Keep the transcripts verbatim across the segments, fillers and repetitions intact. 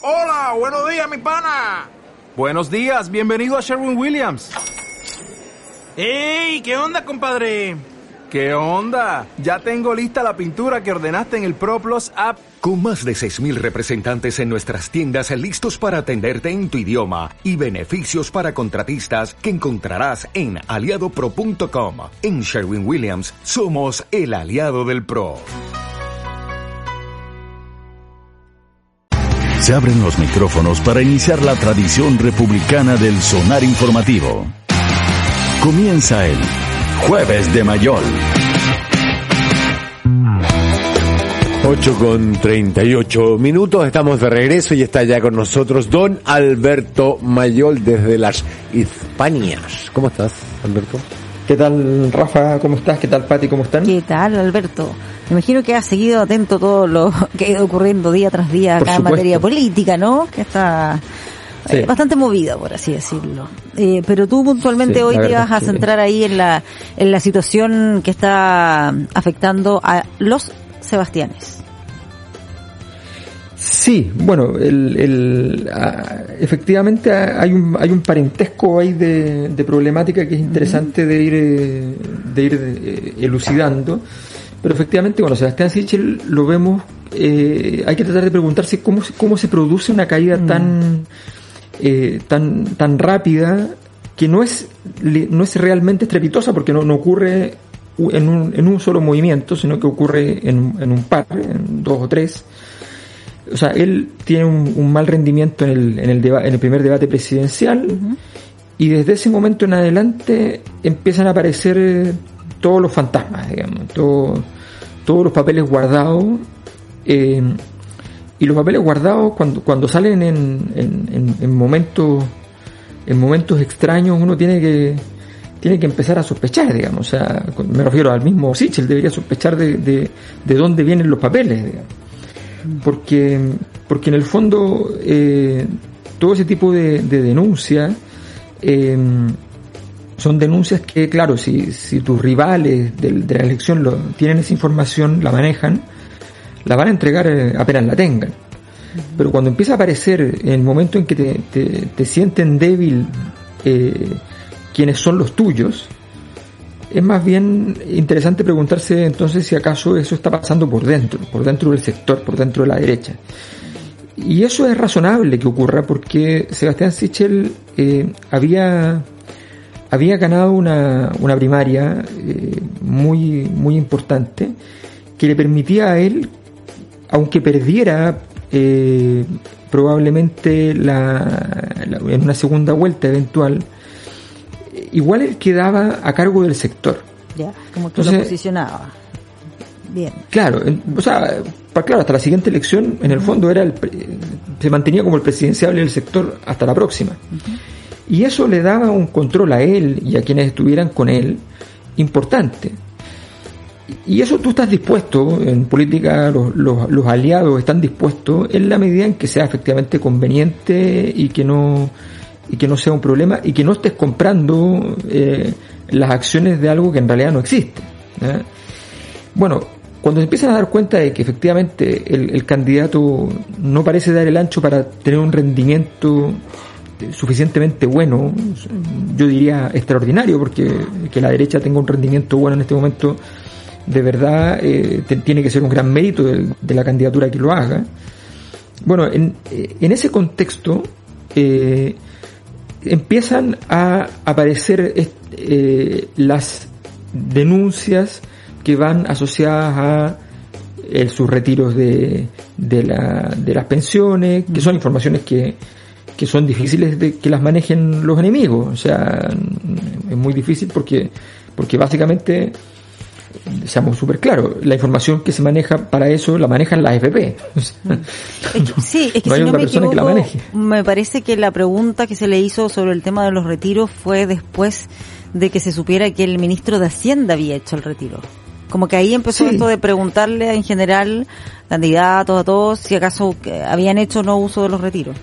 Hola, buenos días, mi pana. Buenos días, bienvenido a Sherwin-Williams. ¡Ey! ¿Qué onda, compadre? ¿Qué onda? Ya tengo lista la pintura que ordenaste en el ProPlus app. Con más de seis mil representantes en nuestras tiendas listos para atenderte en tu idioma y beneficios para contratistas que encontrarás en aliado pro punto com. En Sherwin-Williams somos el aliado del pro. Se abren los micrófonos para iniciar la tradición republicana del sonar informativo. Comienza el Jueves de Mayol. ocho con treinta y ocho minutos, estamos de regreso y está ya con nosotros don Alberto Mayol desde las Hispanias. ¿Cómo estás, Alberto? ¿Qué tal, Rafa? ¿Cómo estás? ¿Qué tal, Pati? ¿Cómo están? ¿Qué tal, Alberto? Me imagino que has seguido atento todo lo que ha ido ocurriendo día tras día acá en materia política, ¿no? Que está sí. eh, bastante movido, por así decirlo. Eh, pero tú puntualmente sí, hoy te vas a sí. centrar ahí en la en la situación que está afectando a los Sebastianes. Sí, bueno, el, el, a, efectivamente hay un hay un parentesco ahí de, de problemática que es interesante de ir de ir eh, elucidando, pero efectivamente, bueno, Sebastián Sichel lo vemos, eh, hay que tratar de preguntarse cómo cómo se produce una caída mm. tan eh, tan tan rápida que no es no es realmente estrepitosa porque no no ocurre en un en un solo movimiento, sino que ocurre en en un par, en dos o tres. O sea, él tiene un, un mal rendimiento en el en el, deba, en el primer debate presidencial uh-huh. y desde ese momento en adelante empiezan a aparecer todos los fantasmas, digamos, todo, todos los papeles guardados eh, y los papeles guardados cuando cuando salen en en, en, en momentos en momentos extraños uno tiene que tiene que empezar a sospechar, digamos, o sea, me refiero al mismo Sichel, debería sospechar de de, de dónde vienen los papeles, digamos. Porque, porque en el fondo eh, todo ese tipo de, de denuncias eh, son denuncias que, claro, si, si tus rivales de, de la elección lo, tienen esa información, la manejan, la van a entregar eh, apenas la tengan. Pero cuando empieza a aparecer en el momento en que te, te, te sienten débil eh, quienes son los tuyos, es más bien interesante preguntarse entonces si acaso eso está pasando por dentro, por dentro del sector, por dentro de la derecha. Y eso es razonable que ocurra porque Sebastián Sichel eh, había había ganado una, una primaria eh, muy muy importante que le permitía a él, aunque perdiera eh, probablemente la, la, en una segunda vuelta eventual, igual él quedaba a cargo del sector. Ya, como tú Entonces, lo posicionabas. Bien. Claro, o sea, claro, hasta la siguiente elección, en el fondo era el, se mantenía como el presidenciable del sector hasta la próxima. Uh-huh. Y eso le daba un control a él y a quienes estuvieran con él importante. Y eso tú estás dispuesto, en política los, los, los aliados están dispuestos en la medida en que sea efectivamente conveniente y que no y que no sea un problema y que no estés comprando eh, las acciones de algo que en realidad no existe. ¿eh? Bueno, cuando se empiezan a dar cuenta de que efectivamente el, el candidato no parece dar el ancho para tener un rendimiento suficientemente bueno, yo diría extraordinario, porque que la derecha tenga un rendimiento bueno en este momento, de verdad eh, te, tiene que ser un gran mérito de, de la candidatura que lo haga. Bueno, en, en ese contexto eh, empiezan a aparecer eh, las denuncias que van asociadas a el, sus retiros de, de, la, de las pensiones, que son informaciones que, que son difíciles de que las manejen los enemigos. O sea, es muy difícil porque, porque básicamente, seamos súper claros, la información que se maneja para eso la manejan las F P. O sea, es que, sí, es que no si hay no otra me persona equivoco, que la maneje. Me parece que la pregunta que se le hizo sobre el tema de los retiros fue después de que se supiera que el ministro de Hacienda había hecho el retiro. Como que ahí empezó sí. esto de preguntarle en general, candidatos, a todos, si acaso habían hecho o no uso de los retiros.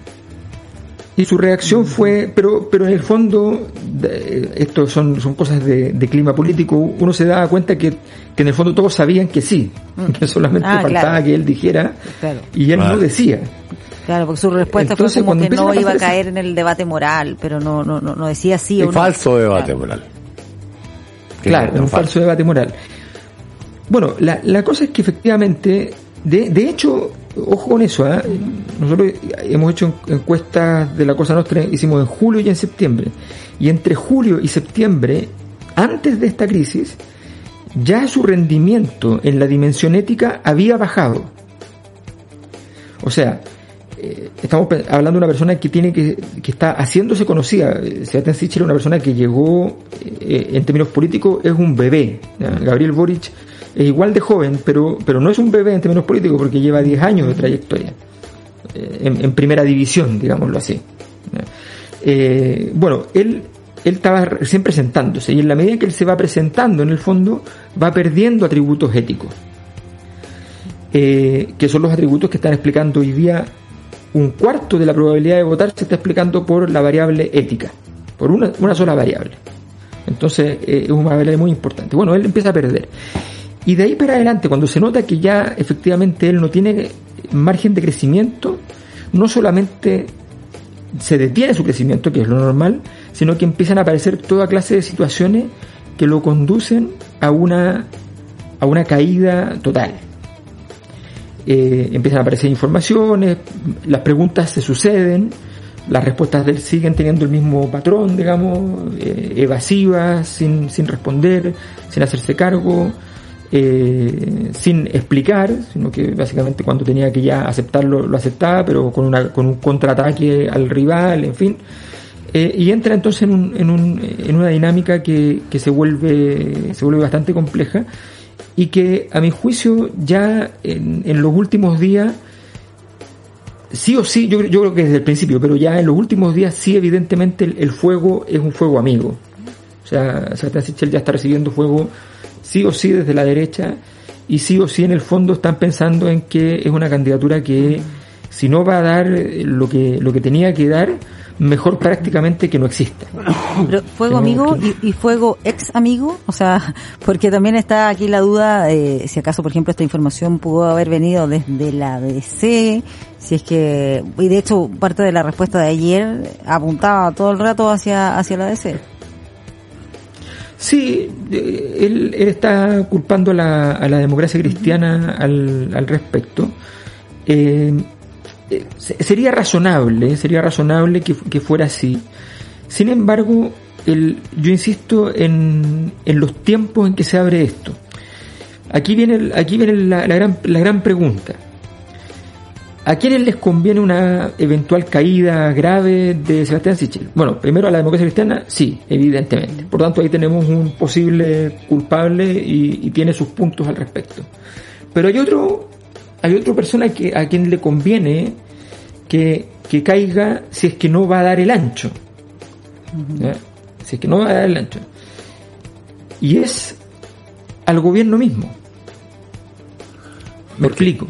Y su reacción fue, pero pero en el fondo, de, esto son son cosas de, de clima político, uno se da cuenta que, que en el fondo todos sabían que sí, mm. que solamente ah, faltaba claro. que él dijera, claro. y él claro. no decía. Claro, porque su respuesta Entonces, fue como que no iba a caer en el debate moral, pero no no no, no decía sí o no. Falso debate claro. moral. Claro, un falso. falso debate moral. Bueno, la, la cosa es que efectivamente, de, de hecho, ojo con eso, ¿eh? Nosotros hemos hecho encuestas de la Cosa Nostra, hicimos en julio y en septiembre, y entre julio y septiembre, antes de esta crisis, ya su rendimiento en la dimensión ética había bajado. O sea, eh, estamos hablando de una persona que tiene que, que está haciéndose conocida. Sebastián Sichel, una persona que llegó, eh, en términos políticos, es un bebé. ¿Ya? Gabriel Boric es igual de joven, pero, pero no es un bebé en términos políticos porque lleva diez años de trayectoria. Eh, en, en primera división, digámoslo así. Eh, bueno, él, él estaba recién presentándose, y en la medida que él se va presentando, en el fondo, va perdiendo atributos éticos. Eh, que son los atributos que están explicando hoy día. Un cuarto de la probabilidad de votar se está explicando por la variable ética, por una, una sola variable. Entonces eh, es una variable muy importante. Bueno, él empieza a perder. Y de ahí para adelante, cuando se nota que ya efectivamente él no tiene margen de crecimiento, no solamente se detiene su crecimiento, que es lo normal, sino que empiezan a aparecer toda clase de situaciones que lo conducen a una, a una caída total. Eh, empiezan a aparecer informaciones, las preguntas se suceden, las respuestas de él siguen teniendo el mismo patrón, digamos, eh, evasivas, sin, sin responder, sin hacerse cargo, eh, sin explicar, sino que básicamente cuando tenía que ya aceptarlo, lo aceptaba, pero con, una, con un contraataque al rival, en fin. Eh, y entra entonces en, un, en, un, en una dinámica que, que se vuelve, se vuelve bastante compleja, y que a mi juicio ya en, en los últimos días, sí o sí, yo, yo creo que desde el principio, pero ya en los últimos días sí evidentemente el, el fuego es un fuego amigo. O sea, Sebastián Sichel ya está recibiendo fuego sí o sí desde la derecha, y sí o sí en el fondo están pensando en que es una candidatura que, si no va a dar lo que, lo que tenía que dar, mejor prácticamente que no exista. Pero fuego amigo y, y fuego ex amigo, o sea, porque también está aquí la duda eh, si acaso, por ejemplo, esta información pudo haber venido desde la D C, si es que, y de hecho parte de la respuesta de ayer apuntaba todo el rato hacia hacia la D C. Sí, él, él está culpando a la, a la democracia cristiana al, al respecto. Eh, Sería razonable, sería razonable que, que fuera así. Sin embargo, el, yo insisto en, en los tiempos en que se abre esto. Aquí viene, aquí viene la, la, gran, la gran pregunta. ¿A quiénes les conviene una eventual caída grave de Sebastián Sichel? Bueno, primero a la democracia cristiana, sí, evidentemente. Por tanto, ahí tenemos un posible culpable y, y tiene sus puntos al respecto. Pero hay otro... Hay otra persona que, a quien le conviene que, que caiga si es que no va a dar el ancho. ¿Ya? Si es que no va a dar el ancho. Y es al gobierno mismo. Me explico.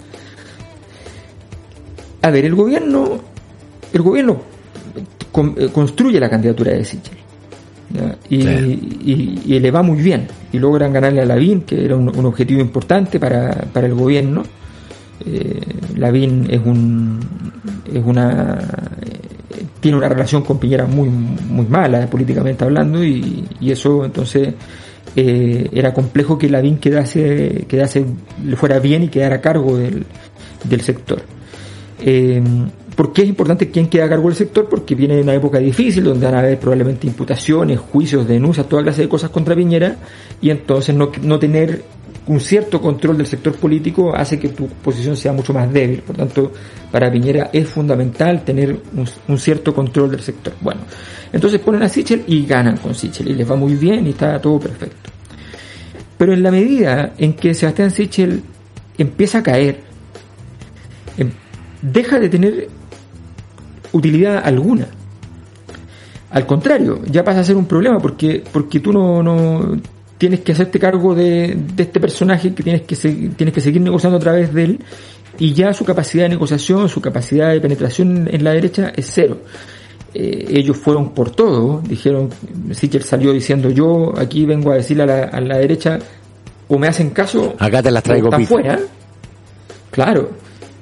A ver, el gobierno, el gobierno con, eh, construye la candidatura de Sichel. Y, sí. y, y le va muy bien y logran ganarle a Lavín, que era un, un objetivo importante para, para el gobierno. eh, Lavín es un es una eh, tiene una relación con Piñera muy muy mala políticamente hablando, y, y eso entonces eh, era complejo que Lavín quedase quedase le fuera bien y quedara a cargo del, del sector. eh, ¿Por qué es importante quién queda a cargo del sector? Porque viene una época difícil donde van a haber probablemente imputaciones, juicios, denuncias, toda clase de cosas contra Piñera, y entonces no, no tener un cierto control del sector político hace que tu posición sea mucho más débil. Por tanto, para Piñera es fundamental tener un, un cierto control del sector. Bueno, entonces ponen a Sichel y ganan con Sichel, y les va muy bien y está todo perfecto. Pero en la medida en que Sebastián Sichel empieza a caer, em, deja de tener utilidad alguna. Al contrario, ya pasa a ser un problema porque porque tú no, no tienes que hacerte cargo de, de este personaje que tienes que se, tienes que seguir negociando a través de él, y ya su capacidad de negociación, su capacidad de penetración en la derecha es cero. Eh, ellos fueron por todo, dijeron, Sichel salió diciendo, yo aquí vengo a decirle a la, a la derecha, o me hacen caso, acá te las traigo, o están fuera. Claro.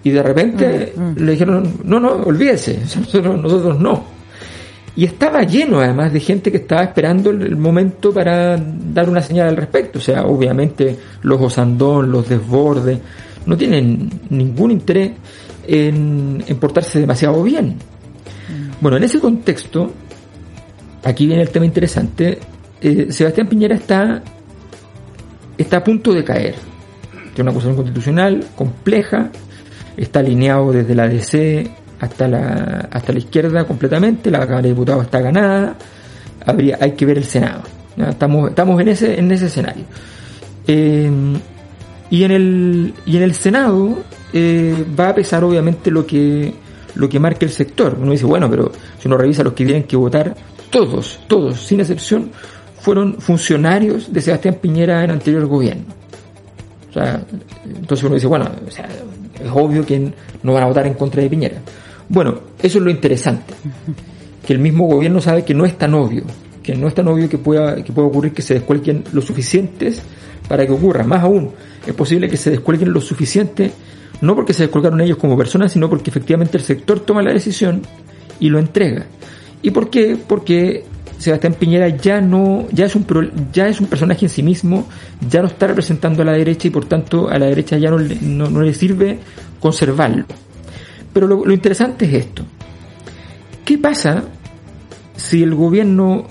Y de repente mm, mm. le dijeron, no, no, olvídese, nosotros, nosotros no. Y estaba lleno además de gente que estaba esperando el momento para dar una señal al respecto. O sea, obviamente los Osandón, los Desbordes, no tienen ningún interés en, en portarse demasiado bien. Bueno, en ese contexto, aquí viene el tema interesante, eh, Sebastián Piñera está, está a punto de caer. Tiene una acusación constitucional compleja, está alineado desde la D C hasta la hasta la izquierda completamente, la Cámara de Diputados está ganada, habría hay que ver el Senado, ¿no? estamos estamos en ese en ese escenario, eh, y en el y en el Senado eh, va a pesar obviamente lo que lo que marque el sector. Uno dice, bueno, pero si uno revisa los que tienen que votar, todos todos sin excepción fueron funcionarios de Sebastián Piñera en anterior gobierno. O sea, entonces uno dice, bueno, o sea, es obvio que no van a votar en contra de Piñera. Bueno, eso es lo interesante, que el mismo gobierno sabe que no es tan obvio, que no es tan obvio que pueda, que pueda ocurrir que se descuelguen los suficientes para que ocurra. Más aún, es posible que se descuelguen los suficientes, no porque se descolgaron ellos como personas, sino porque efectivamente el sector toma la decisión y lo entrega. ¿Y por qué? Porque Sebastián Piñera ya no, ya es un ya es un personaje en sí mismo, ya no está representando a la derecha y por tanto a la derecha ya no, no, no le sirve conservarlo. Pero lo, lo interesante es esto. ¿Qué pasa si el gobierno,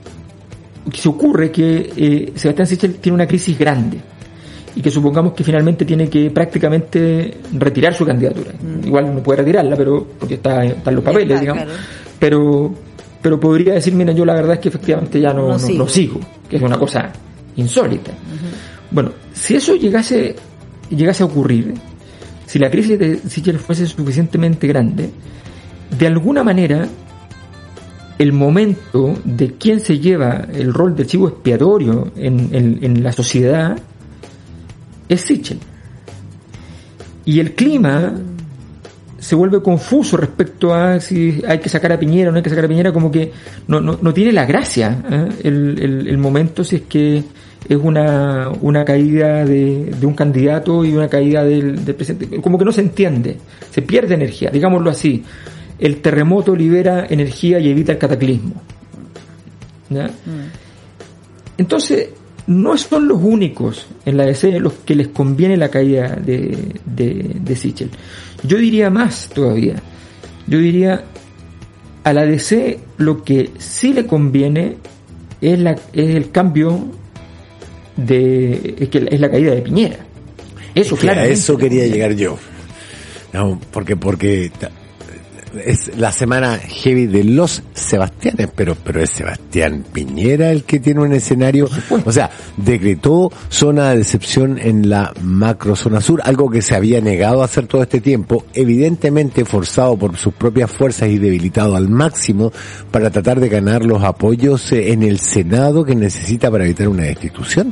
si ocurre que eh, Sebastián Sichel tiene una crisis grande y que supongamos que finalmente tiene que prácticamente retirar su candidatura? Mm. Igual no puede retirarla, pero porque está, está en los papeles, está, digamos. Claro. Pero pero podría decir, mira, yo la verdad es que efectivamente ya no, no, no, sigo. no sigo, que es una cosa insólita. Uh-huh. Bueno, si eso llegase llegase a ocurrir, si la crisis de Sichel fuese suficientemente grande, de alguna manera el momento de quién se lleva el rol de chivo expiatorio en, en, en la sociedad es Sichel. Y el clima se vuelve confuso respecto a si hay que sacar a Piñera o no hay que sacar a Piñera, como que no, no, no tiene la gracia, ¿eh? el, el, el momento, si es que es una, una caída de, de un candidato y una caída del, del presidente, como que no se entiende, se pierde energía, digámoslo así. El terremoto libera energía y evita el cataclismo, ¿ya? Mm. Entonces, no son los únicos en la D C los que les conviene la caída de, de, de Sichel. Yo diría más todavía. Yo diría, a la D C lo que sí le conviene es, la, es el cambio de... Es, que es la caída de Piñera. Eso, claro. A eso quería llegar yo. No, porque... porque es la semana heavy de los Sebastianes, pero pero es Sebastián Piñera el que tiene un escenario, o sea, decretó zona de excepción en la macro zona sur, algo que se había negado a hacer todo este tiempo, evidentemente forzado por sus propias fuerzas y debilitado al máximo para tratar de ganar los apoyos en el Senado que necesita para evitar una destitución.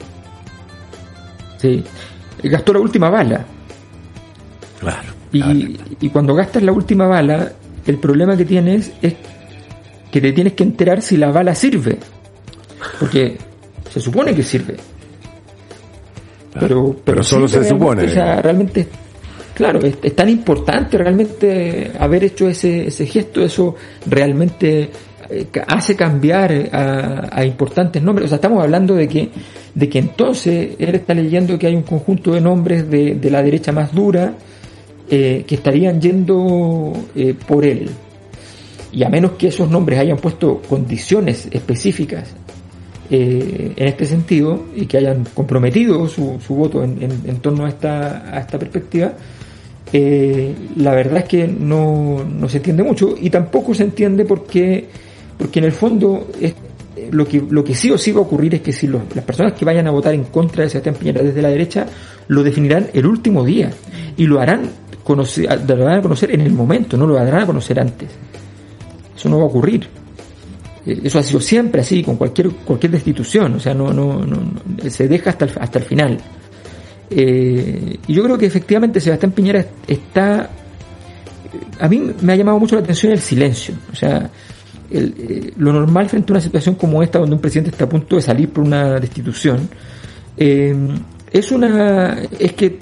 Sí, gastó la última bala. Claro. Y, y cuando gastas la última bala, el problema que tienes es que te tienes que enterar si la bala sirve. Porque se supone que sirve. Pero, pero, pero solo se supone. O sea, realmente, claro, es, es tan importante realmente haber hecho ese, ese gesto, eso realmente eh, hace cambiar a, a importantes nombres. O sea, estamos hablando de que, de que entonces él está leyendo que hay un conjunto de nombres de, de la derecha más dura, Eh, que estarían yendo eh, por él, y a menos que esos nombres hayan puesto condiciones específicas eh, en este sentido y que hayan comprometido su, su voto en, en, en torno a esta, a esta perspectiva, eh, la verdad es que no, no se entiende mucho, y tampoco se entiende porque, porque en el fondo es, lo que lo que sí o sí va a ocurrir es que si los, las personas que vayan a votar en contra de Sebastián Piñera desde la derecha lo definirán el último día y lo harán conocer, lo van a conocer en el momento, no lo van a conocer antes. Eso no va a ocurrir. Eso ha sido siempre así con cualquier cualquier destitución, o sea, no no no, no se deja hasta el, hasta el final. Eh, y yo creo que efectivamente Sebastián Piñera está, a mí me ha llamado mucho la atención el silencio, o sea, el, eh, lo normal frente a una situación como esta donde un presidente está a punto de salir por una destitución, eh, es una es que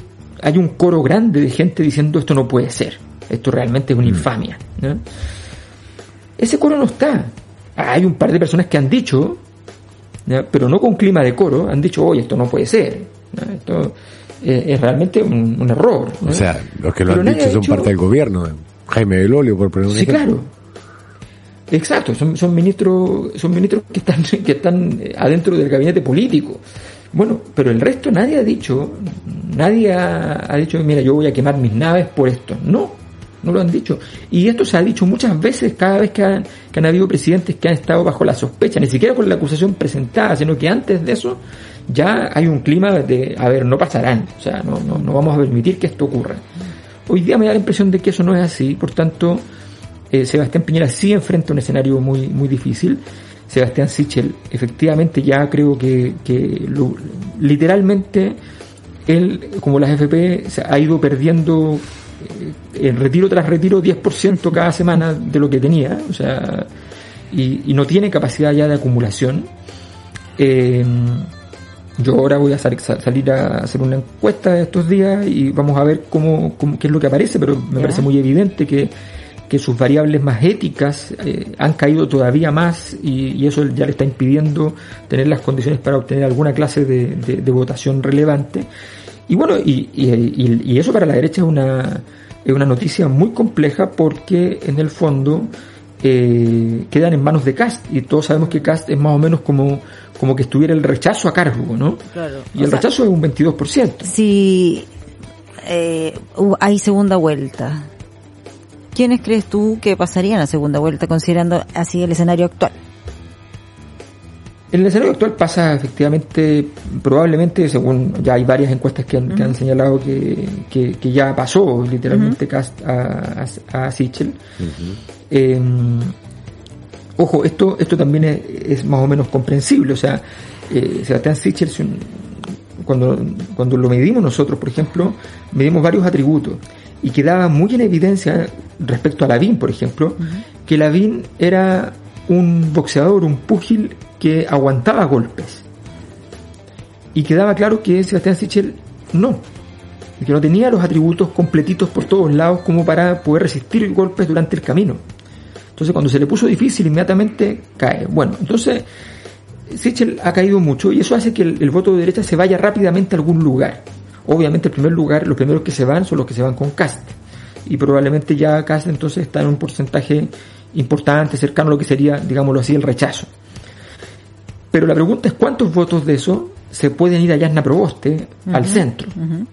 hay un coro grande de gente diciendo esto no puede ser, esto realmente es una infamia, ¿no? Ese coro no está. Hay un par de personas que han dicho, ¿no? Pero no con clima de coro, han dicho, oye, esto no puede ser, ¿no? Esto eh, es realmente un, un error, ¿no? O sea, los que lo pero han dicho son dicho, parte del gobierno, Jaime Belolio, por poner un sí, ejemplo. claro. Exacto, son, son ministros, son ministros que están, que están adentro del gabinete político. Bueno, pero el resto nadie ha dicho, nadie ha, ha dicho, mira, yo voy a quemar mis naves por esto. No, no lo han dicho. Y esto se ha dicho muchas veces, cada vez que han, que han habido presidentes que han estado bajo la sospecha, ni siquiera con la acusación presentada, sino que antes de eso ya hay un clima de, a ver, no pasarán, o sea, no, no, no vamos a permitir que esto ocurra. Hoy día me da la impresión de que eso no es así, por tanto, eh, Sebastián Piñera sí enfrenta un escenario muy, muy difícil. Sebastián Sichel, efectivamente, ya creo que, que lo, literalmente él, como la F P, se ha ido perdiendo eh, en retiro tras retiro diez por ciento cada semana de lo que tenía, o sea, y, y no tiene capacidad ya de acumulación. Eh, yo ahora voy a sal, salir a hacer una encuesta estos días y vamos a ver cómo, cómo qué es lo que aparece, pero me ¿Ya? parece muy evidente que que sus variables más éticas eh, han caído todavía más y, y eso ya le está impidiendo tener las condiciones para obtener alguna clase de, de, de votación relevante. Y bueno, y, y, y eso para la derecha es una, es una noticia muy compleja porque en el fondo eh, quedan en manos de Kast y todos sabemos que Kast es más o menos como, como que estuviera el rechazo a cargo, ¿no? Claro. Y o el sea, rechazo es un veintidós por ciento. Si eh, hay segunda vuelta, ¿quiénes crees tú que pasarían a segunda vuelta considerando así el escenario actual? El escenario actual pasa efectivamente, probablemente, según ya hay varias encuestas que han, uh-huh. que han señalado que, que, que ya pasó literalmente uh-huh. a, a, a Sichel. Uh-huh. Eh, ojo, esto esto también es, es más o menos comprensible, o sea, eh, Sebastián Sichel, cuando, cuando lo medimos nosotros, por ejemplo, medimos varios atributos. Y quedaba muy en evidencia respecto a Lavín, por ejemplo, uh-huh. que Lavín era un boxeador, un púgil que aguantaba golpes. Y quedaba claro que Sebastián Sichel no, que no tenía los atributos completitos por todos lados como para poder resistir golpes durante el camino. Entonces cuando se le puso difícil, inmediatamente cae. Bueno, entonces Sichel ha caído mucho y eso hace que el, el voto de derecha se vaya rápidamente a algún lugar. Obviamente, el primer lugar, los primeros que se van son los que se van con Kast. Y probablemente ya Kast entonces está en un porcentaje importante, cercano a lo que sería, digámoslo así, el rechazo. Pero la pregunta es cuántos votos de eso se pueden ir a Jasna Proboste, uh-huh, al centro. Uh-huh.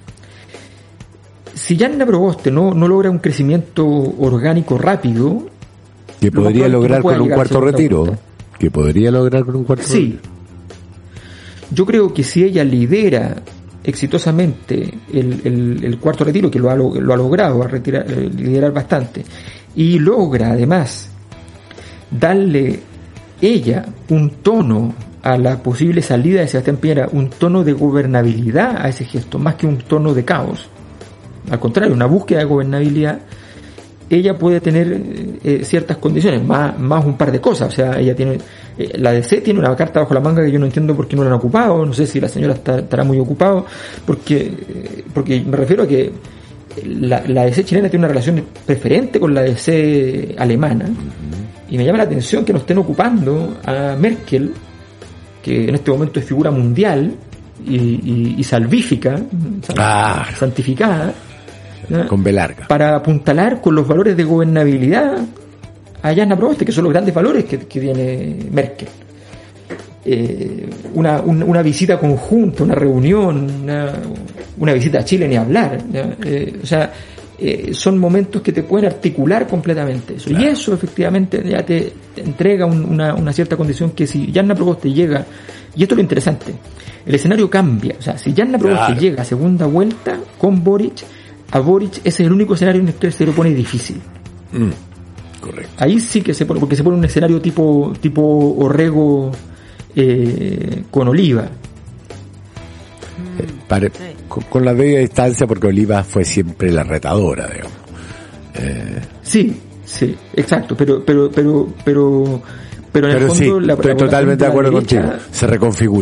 Si Jasna Proboste no, no logra un crecimiento orgánico rápido, que podría lograr con un cuarto retiro, vuelta. que podría lograr con un cuarto sí. retiro. Yo creo que si ella lidera exitosamente el, el, el cuarto retiro, que lo ha, lo ha logrado a retirar, eh, liderar bastante, y logra además darle ella un tono a la posible salida de Sebastián Piñera, un tono de gobernabilidad a ese gesto, más que un tono de caos, al contrario, una búsqueda de gobernabilidad, ella puede tener eh, ciertas condiciones, más, más un par de cosas, o sea, ella tiene, eh, la D C tiene una carta bajo la manga que yo no entiendo por qué no la han ocupado, no sé si la señora está, estará muy ocupado, porque, eh, porque me refiero a que la, la D C chilena tiene una relación preferente con la D C alemana, uh-huh. y me llama la atención que no estén ocupando a Merkel, que en este momento es figura mundial y, y, y salvífica, ah. santificada, ¿no? Con B larga. Para apuntalar con los valores de gobernabilidad a Jasna Proboste, que son los grandes valores que, que tiene Merkel. Eh, una, un, una visita conjunta, una reunión, una, una visita a Chile ni hablar. Eh, o sea, eh, son momentos que te pueden articular completamente eso. Claro. Y eso efectivamente ya te, te entrega un, una, una cierta condición que si Jasna Proboste llega, y esto es lo interesante, el escenario cambia. O sea, si Jasna Proboste claro. llega a segunda vuelta con Boric, a Boric ese es el único escenario en el que se lo pone difícil. Mm, correcto. Ahí sí que se pone, porque se pone un escenario tipo tipo Orrego eh, con Oliva. Eh, pare, sí. con, con la debida distancia, porque Oliva fue siempre la retadora, digamos. Eh. Sí, sí, exacto, pero pero pero pero pero en pero el fondo sí, la, estoy la totalmente de acuerdo derecha, contigo. Se reconfigura.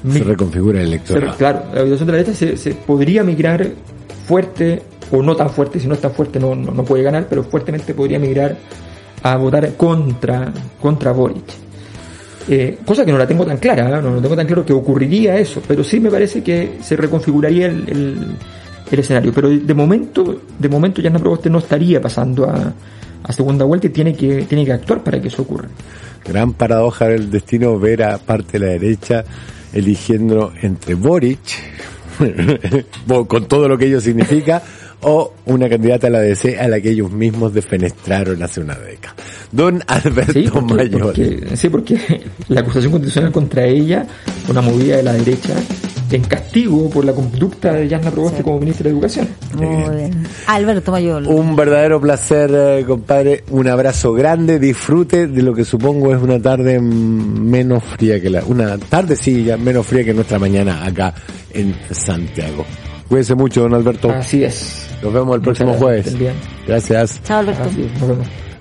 mi- se reconfigura el electorado. Se, claro, la habitación de la derecha se, se podría migrar fuerte, o no tan fuerte, si no es tan fuerte no, no, no puede ganar, pero fuertemente podría migrar a votar contra, contra Boric. Eh, cosa que no la tengo tan clara, ¿eh? no, no tengo tan claro que ocurriría eso, pero sí me parece que se reconfiguraría el, el, el escenario. Pero de momento, de momento Jasna Proboste no estaría pasando a, a segunda vuelta y tiene que, tiene que actuar para que eso ocurra. Gran paradoja del destino ver a parte de la derecha eligiendo entre Boric, con todo lo que ello significa, o una candidata a la D C a la que ellos mismos defenestraron hace una década. Don Alberto sí, porque, Mayor. Porque, sí, porque la acusación constitucional contra ella, una movida de la derecha, en castigo por la conducta de Jasna Proboste sí. como ministra de Educación. Muy bien. bien. Alberto Mayor. Un verdadero placer, eh, compadre. Un abrazo grande. Disfrute de lo que supongo es una tarde menos fría que la... Una tarde, sí, ya menos fría que nuestra mañana acá en Santiago. Cuídense mucho, don Alberto. Así es. Nos vemos el próximo jueves. Gracias. Chao, Alberto. Así es. Nos vemos.